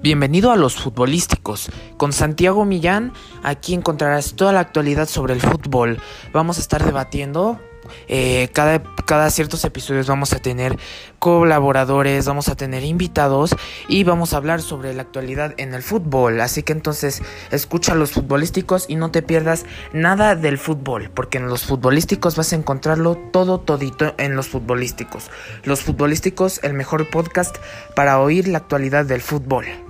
Bienvenido a Los Futbolísticos. Con Santiago Millán, aquí encontrarás toda la actualidad sobre el fútbol. Vamos a estar debatiendo. Cada ciertos episodios vamos a tener colaboradores, vamos a tener invitados y vamos a hablar sobre la actualidad en el fútbol. Así que entonces escucha Los Futbolísticos y no te pierdas nada del fútbol, porque en Los Futbolísticos vas a encontrarlo todito en Los Futbolísticos. Los Futbolísticos, el mejor podcast para oír la actualidad del fútbol.